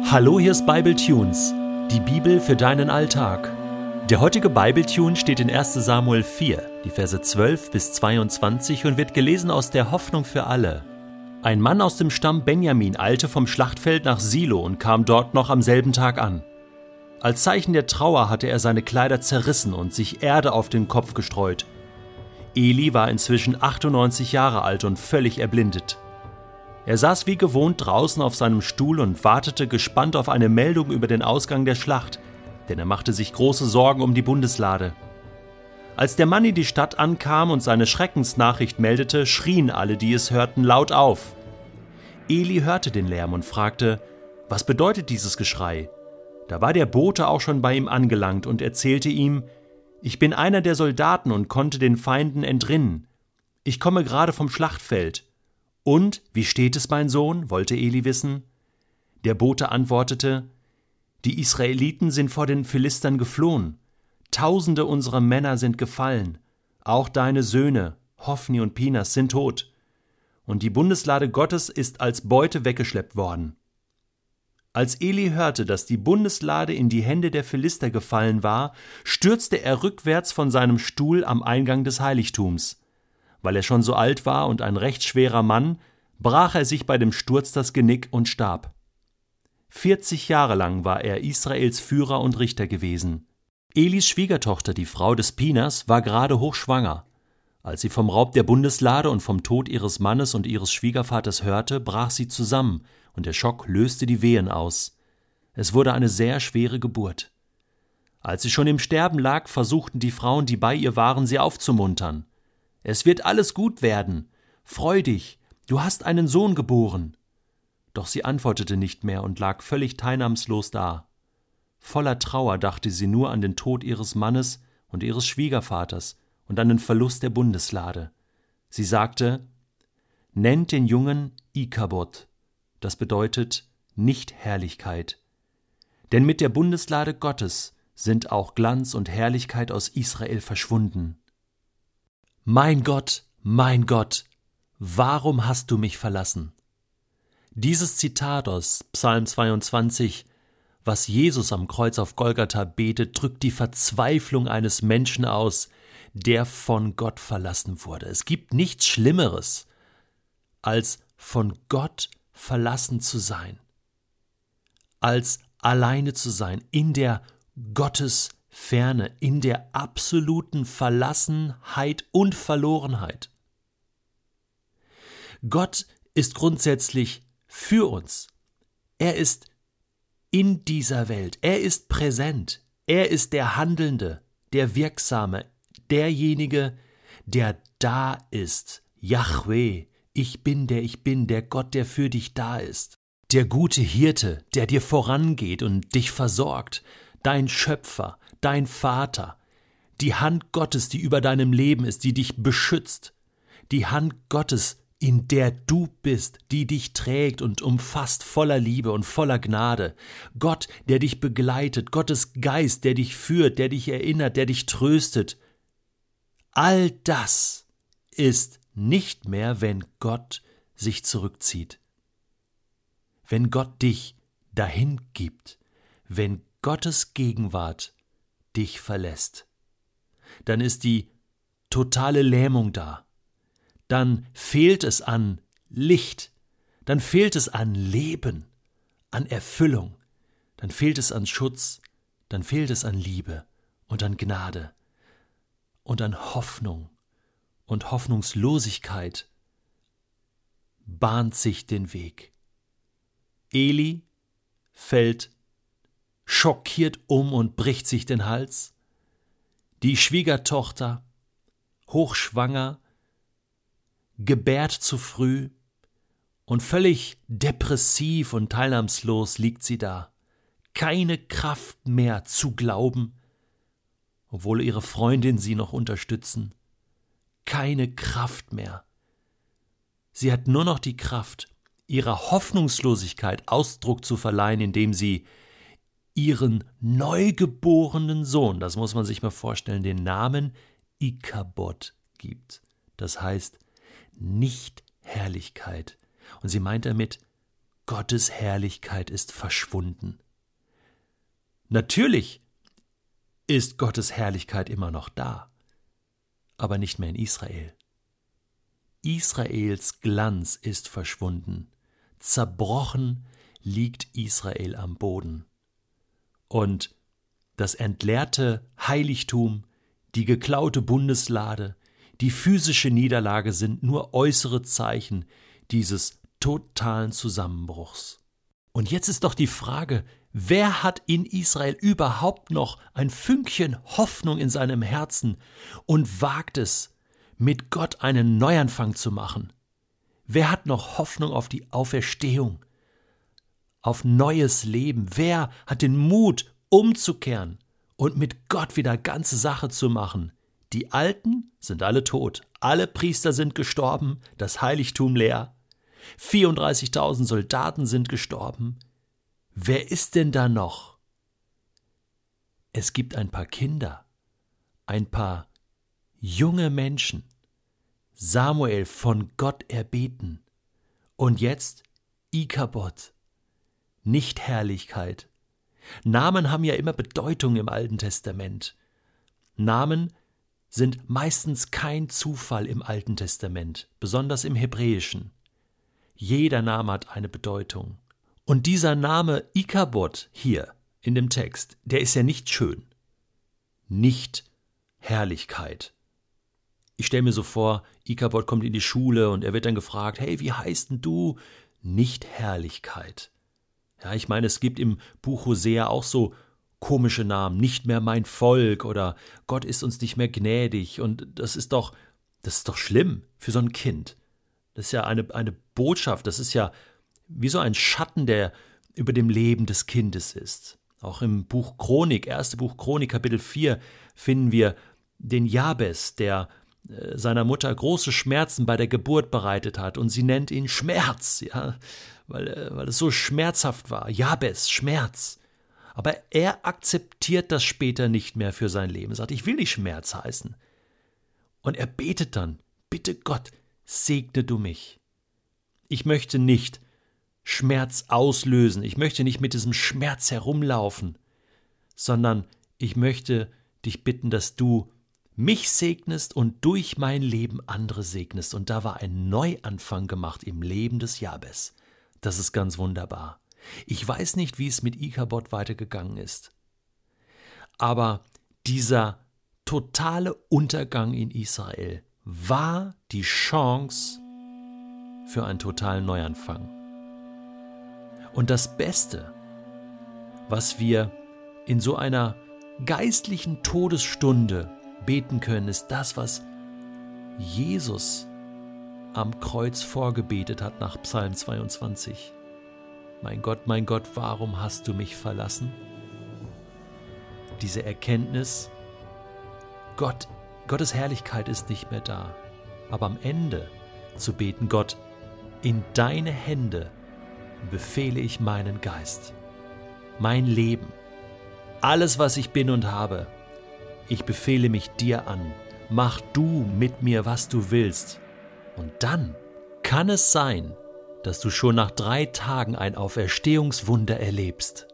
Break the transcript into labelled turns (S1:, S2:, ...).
S1: Hallo, hier ist Bible Tunes, die Bibel für deinen Alltag. Der heutige Bible Tune steht in 1. Samuel 4, die Verse 12 bis 22 und wird gelesen aus der Hoffnung für alle. Ein Mann aus dem Stamm Benjamin eilte vom Schlachtfeld nach Silo und kam dort noch am selben Tag an. Als Zeichen der Trauer hatte er seine Kleider zerrissen und sich Erde auf den Kopf gestreut. Eli war inzwischen 98 Jahre alt und völlig erblindet. Er saß wie gewohnt draußen auf seinem Stuhl und wartete gespannt auf eine Meldung über den Ausgang der Schlacht, denn er machte sich große Sorgen um die Bundeslade. Als der Mann in die Stadt ankam und seine Schreckensnachricht meldete, schrien alle, die es hörten, laut auf. Eli hörte den Lärm und fragte, was bedeutet dieses Geschrei? Da war der Bote auch schon bei ihm angelangt und erzählte ihm, ich bin einer der Soldaten und konnte den Feinden entrinnen. Ich komme gerade vom Schlachtfeld. Und, wie steht es, mein Sohn? Wollte Eli wissen. Der Bote antwortete, die Israeliten sind vor den Philistern geflohen. Tausende unserer Männer sind gefallen. Auch deine Söhne, Hophni und Pinas, sind tot. Und die Bundeslade Gottes ist als Beute weggeschleppt worden. Als Eli hörte, dass die Bundeslade in die Hände der Philister gefallen war, stürzte er rückwärts von seinem Stuhl am Eingang des Heiligtums. Weil er schon so alt war und ein recht schwerer Mann, brach er sich bei dem Sturz das Genick und starb. 40 Jahre lang war er Israels Führer und Richter gewesen. Elis Schwiegertochter, die Frau des Pinas, war gerade hochschwanger. Als sie vom Raub der Bundeslade und vom Tod ihres Mannes und ihres Schwiegervaters hörte, brach sie zusammen und der Schock löste die Wehen aus. Es wurde eine sehr schwere Geburt. Als sie schon im Sterben lag, versuchten die Frauen, die bei ihr waren, sie aufzumuntern. Es wird alles gut werden. Freu dich, du hast einen Sohn geboren. Doch sie antwortete nicht mehr und lag völlig teilnahmslos da. Voller Trauer dachte sie nur an den Tod ihres Mannes und ihres Schwiegervaters und an den Verlust der Bundeslade. Sie sagte, nennt den Jungen Ikabod, das bedeutet Nicht-Herrlichkeit. Denn mit der Bundeslade Gottes sind auch Glanz und Herrlichkeit aus Israel verschwunden. Mein Gott, warum hast du mich verlassen? Dieses Zitat aus Psalm 22, was Jesus am Kreuz auf Golgatha betet, drückt die Verzweiflung eines Menschen aus, der von Gott verlassen wurde. Es gibt nichts Schlimmeres, als von Gott verlassen zu sein, als alleine zu sein, in der Gottesferne, in der absoluten Verlassenheit und Verlorenheit. Gott ist grundsätzlich für uns. Er ist in dieser Welt. Er ist präsent. Er ist der Handelnde, der Wirksame, derjenige, der da ist. Jahwe, ich bin, der Gott, der für dich da ist. Der gute Hirte, der dir vorangeht und dich versorgt. Dein Schöpfer, dein Vater, die Hand Gottes, die über deinem Leben ist, die dich beschützt, die Hand Gottes, in der du bist, die dich trägt und umfasst voller Liebe und voller Gnade, Gott, der dich begleitet, Gottes Geist, der dich führt, der dich erinnert, der dich tröstet. All das ist nicht mehr, wenn Gott sich zurückzieht, wenn Gott dich dahin gibt, wenn Gottes Gegenwart dich verlässt, dann ist die totale Lähmung da. Dann fehlt es an Licht, dann fehlt es an Leben, an Erfüllung, dann fehlt es an Schutz, dann fehlt es an Liebe und an Gnade und an Hoffnung und Hoffnungslosigkeit bahnt sich den Weg. Eli fällt schockiert und bricht sich den Hals. Die Schwiegertochter, hochschwanger, gebärt zu früh und völlig depressiv und teilnahmslos liegt sie da. Keine Kraft mehr zu glauben, obwohl ihre Freundin sie noch unterstützen. Keine Kraft mehr. Sie hat nur noch die Kraft, ihrer Hoffnungslosigkeit Ausdruck zu verleihen, indem sie ihren neugeborenen Sohn, das muss man sich mal vorstellen, den Namen Ikabod gibt. Das heißt Nicht-Herrlichkeit. Und sie meint damit Gottes Herrlichkeit ist verschwunden. Natürlich ist Gottes Herrlichkeit immer noch da, aber nicht mehr in Israel. Israels Glanz ist verschwunden. Zerbrochen liegt Israel am Boden. Und das entleerte Heiligtum, die geklaute Bundeslade, die physische Niederlage sind nur äußere Zeichen dieses totalen Zusammenbruchs. Und jetzt ist doch die Frage, wer hat in Israel überhaupt noch ein Fünkchen Hoffnung in seinem Herzen und wagt es, mit Gott einen Neuanfang zu machen? Wer hat noch Hoffnung auf die Auferstehung, auf neues Leben? Wer hat den Mut, umzukehren und mit Gott wieder ganze Sache zu machen? Die Alten sind alle tot, alle Priester sind gestorben, das Heiligtum leer, 34.000 Soldaten sind gestorben. Wer ist denn da noch? Es gibt ein paar Kinder, ein paar junge Menschen, Samuel von Gott erbeten. Und jetzt Ikabod, nicht Herrlichkeit. Namen haben ja immer Bedeutung im Alten Testament. Namen sind meistens kein Zufall im Alten Testament, besonders im Hebräischen. Jeder Name hat eine Bedeutung. Und dieser Name Ikabod hier in dem Text, der ist ja nicht schön, nicht Herrlichkeit. Ich stelle mir so vor, Ikabod kommt in die Schule und er wird dann gefragt, hey, wie heißt denn du? Nicht Herrlichkeit. Ja, ich meine, es gibt im Buch Hosea auch so komische Namen, nicht mehr mein Volk oder Gott ist uns nicht mehr gnädig und das ist doch schlimm für so ein Kind. Das ist ja eine Botschaft, das ist ja wie so ein Schatten, der über dem Leben des Kindes ist. Auch im Buch Chronik, 1. Buch Chronik, Kapitel 4, finden wir den Jabes, der seiner Mutter große Schmerzen bei der Geburt bereitet hat und sie nennt ihn Schmerz, ja, weil es so schmerzhaft war. Jabes, Schmerz. Aber er akzeptiert das später nicht mehr für sein Leben. Er sagt, ich will nicht Schmerz heißen. Und er betet dann, bitte Gott, segne du mich. Ich möchte nicht Schmerz auslösen, ich möchte nicht mit diesem Schmerz herumlaufen, sondern ich möchte dich bitten, dass du mich segnest und durch mein Leben andere segnest. Und da war ein Neuanfang gemacht im Leben des Jabes. Das ist ganz wunderbar. Ich weiß nicht, wie es mit Ikabod weitergegangen ist. Aber dieser totale Untergang in Israel war die Chance für einen totalen Neuanfang. Und das Beste, was wir in so einer geistlichen Todesstunde beten können, ist das, was Jesus am Kreuz vorgebetet hat nach Psalm 22. Mein Gott, warum hast du mich verlassen? Diese Erkenntnis, Gottes Herrlichkeit ist nicht mehr da. Aber am Ende zu beten, Gott, in deine Hände befehle ich meinen Geist, mein Leben, alles, was ich bin und habe. Ich befehle mich dir an. Mach du mit mir, was du willst. Und dann kann es sein, dass du schon nach 3 Tagen ein Auferstehungswunder erlebst.